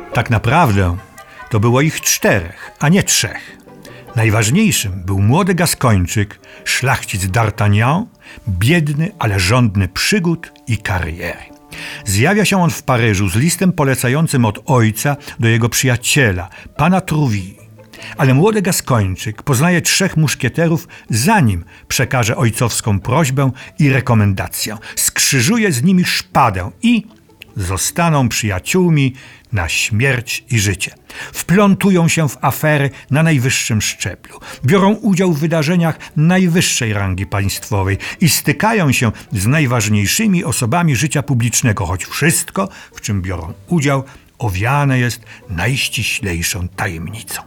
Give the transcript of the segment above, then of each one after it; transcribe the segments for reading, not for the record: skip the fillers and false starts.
Tak naprawdę to było ich 4, a nie 3. Najważniejszym był młody Gaskończyk, szlachcic d'Artagnan, biedny, ale żądny przygód i kariery. Zjawia się on w Paryżu z listem polecającym od ojca do jego przyjaciela, pana Trouville. Ale młody Gaskończyk poznaje 3 muszkieterów, zanim przekaże ojcowską prośbę i rekomendację. Skrzyżuje z nimi szpadę i zostaną przyjaciółmi na śmierć i życie. Wplątują się w afery na najwyższym szczeblu, biorą udział w wydarzeniach najwyższej rangi państwowej i stykają się z najważniejszymi osobami życia publicznego, choć wszystko, w czym biorą udział, owiane jest najściślejszą tajemnicą.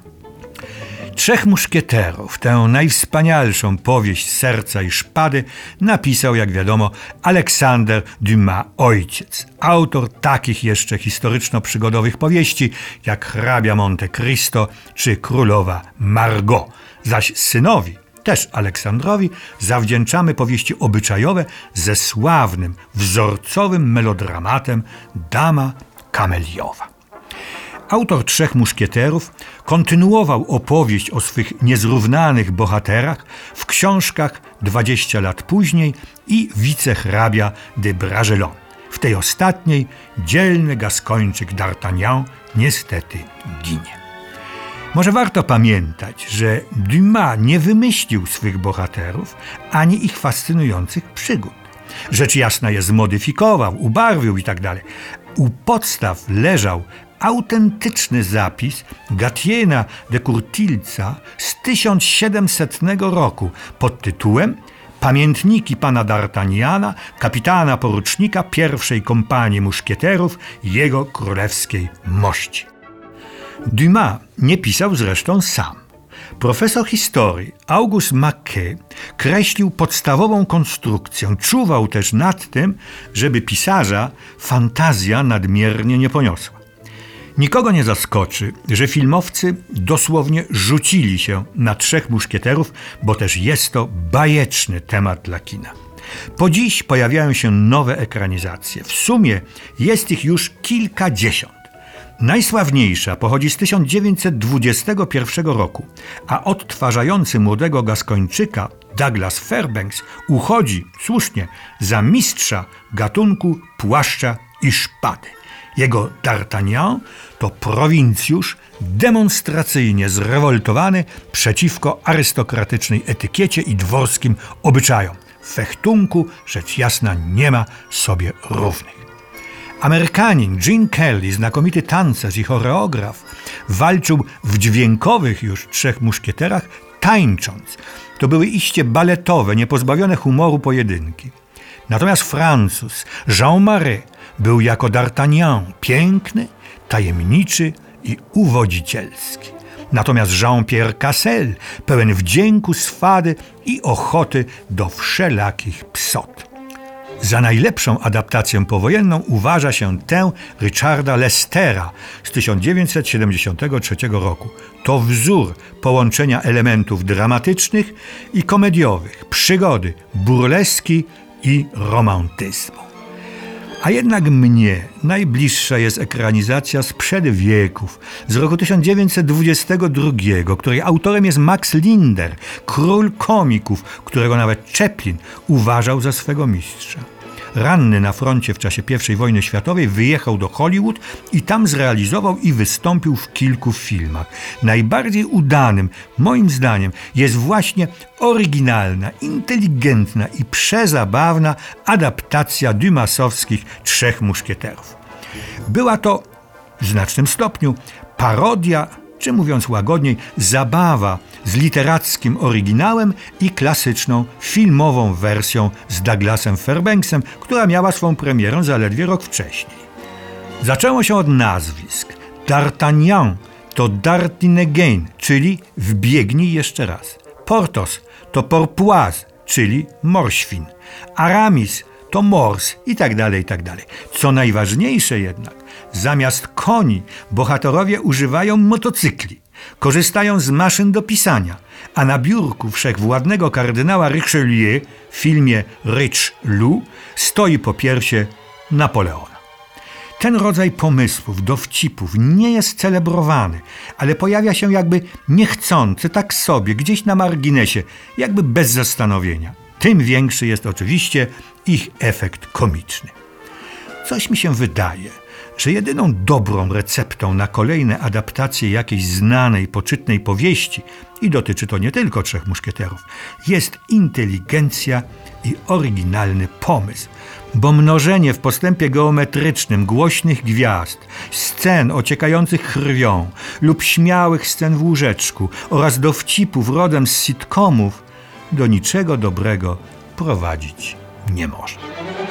3 muszkieterów, tę najwspanialszą powieść serca i szpady, napisał, jak wiadomo, Alexander Dumas ojciec, autor takich jeszcze historyczno-przygodowych powieści jak Hrabia Monte Cristo czy Królowa Margot. Zaś synowi, też Aleksandrowi, zawdzięczamy powieści obyczajowe ze sławnym, wzorcowym melodramatem Dama Kameliowa. Autor 3 muszkieterów kontynuował opowieść o swych niezrównanych bohaterach w książkach 20 lat później i Wicehrabia de Bragelonne. W tej ostatniej dzielny Gaskończyk d'Artagnan niestety ginie. Może warto pamiętać, że Dumas nie wymyślił swych bohaterów ani ich fascynujących przygód. Rzecz jasna je zmodyfikował, ubarwił itd. U podstaw leżał autentyczny zapis Gatiena de Courtilza z 1700 roku pod tytułem Pamiętniki pana d'Artagnana, kapitana porucznika pierwszej kompanii muszkieterów jego królewskiej mości. Dumas nie pisał zresztą sam. Profesor historii Auguste Maquet kreślił podstawową konstrukcję, czuwał też nad tym, żeby pisarza fantazja nadmiernie nie poniosła. Nikogo nie zaskoczy, że filmowcy dosłownie rzucili się na 3 muszkieterów, bo też jest to bajeczny temat dla kina. Po dziś pojawiają się nowe ekranizacje. W sumie jest ich już kilkadziesiąt. Najsławniejsza pochodzi z 1921 roku, a odtwarzający młodego Gaskończyka Douglas Fairbanks uchodzi, słusznie, za mistrza gatunku płaszcza i szpady. Jego D'Artagnan to prowincjusz demonstracyjnie zrewoltowany przeciwko arystokratycznej etykiecie i dworskim obyczajom. W fechtunku, rzecz jasna, nie ma sobie równych. Amerykanin Gene Kelly, znakomity tancerz i choreograf, walczył w dźwiękowych już 3 muszkieterach, tańcząc. To były iście baletowe, niepozbawione humoru pojedynki. Natomiast Francuz Jean Marais był jako D'Artagnan piękny, tajemniczy i uwodzicielski. Natomiast Jean-Pierre Cassel pełen wdzięku, swady i ochoty do wszelakich psot. Za najlepszą adaptację powojenną uważa się tę Richarda Lestera z 1973 roku. To wzór połączenia elementów dramatycznych i komediowych, przygody, burleski i romantyzmu. A jednak mnie najbliższa jest ekranizacja sprzed wieków, z roku 1922, której autorem jest Max Linder, król komików, którego nawet Chaplin uważał za swego mistrza. Ranny na froncie w czasie I wojny światowej wyjechał do Hollywood i tam zrealizował i wystąpił w kilku filmach. Najbardziej udanym, moim zdaniem, jest właśnie oryginalna, inteligentna i przezabawna adaptacja dumasowskich 3 muszkieterów. Była to w znacznym stopniu parodia, czy mówiąc łagodniej, zabawa z literackim oryginałem i klasyczną filmową wersją z Douglasem Fairbanksem, która miała swą premierę zaledwie rok wcześniej. Zaczęło się od nazwisk. D'Artagnan to Dartinagain, czyli wbiegnij jeszcze raz. Porthos to Porpoise, czyli morświn. Aramis to mors i tak dalej. Co najważniejsze jednak, zamiast koni bohaterowie używają motocykli, korzystają z maszyn do pisania, a na biurku wszechwładnego kardynała Richelieu w filmie Richelieu stoi po piersie Napoleona. Ten rodzaj pomysłów, dowcipów nie jest celebrowany, ale pojawia się jakby niechcący, tak sobie, gdzieś na marginesie, jakby bez zastanowienia. Tym większy jest oczywiście ich efekt komiczny. Coś mi się wydaje, że jedyną dobrą receptą na kolejne adaptacje jakiejś znanej, poczytnej powieści, i dotyczy to nie tylko Trzech Muszkieterów, jest inteligencja i oryginalny pomysł, bo mnożenie w postępie geometrycznym głośnych gwiazd, scen ociekających krwią lub śmiałych scen w łóżeczku oraz dowcipów rodem z sitcomów do niczego dobrego prowadzić nie może.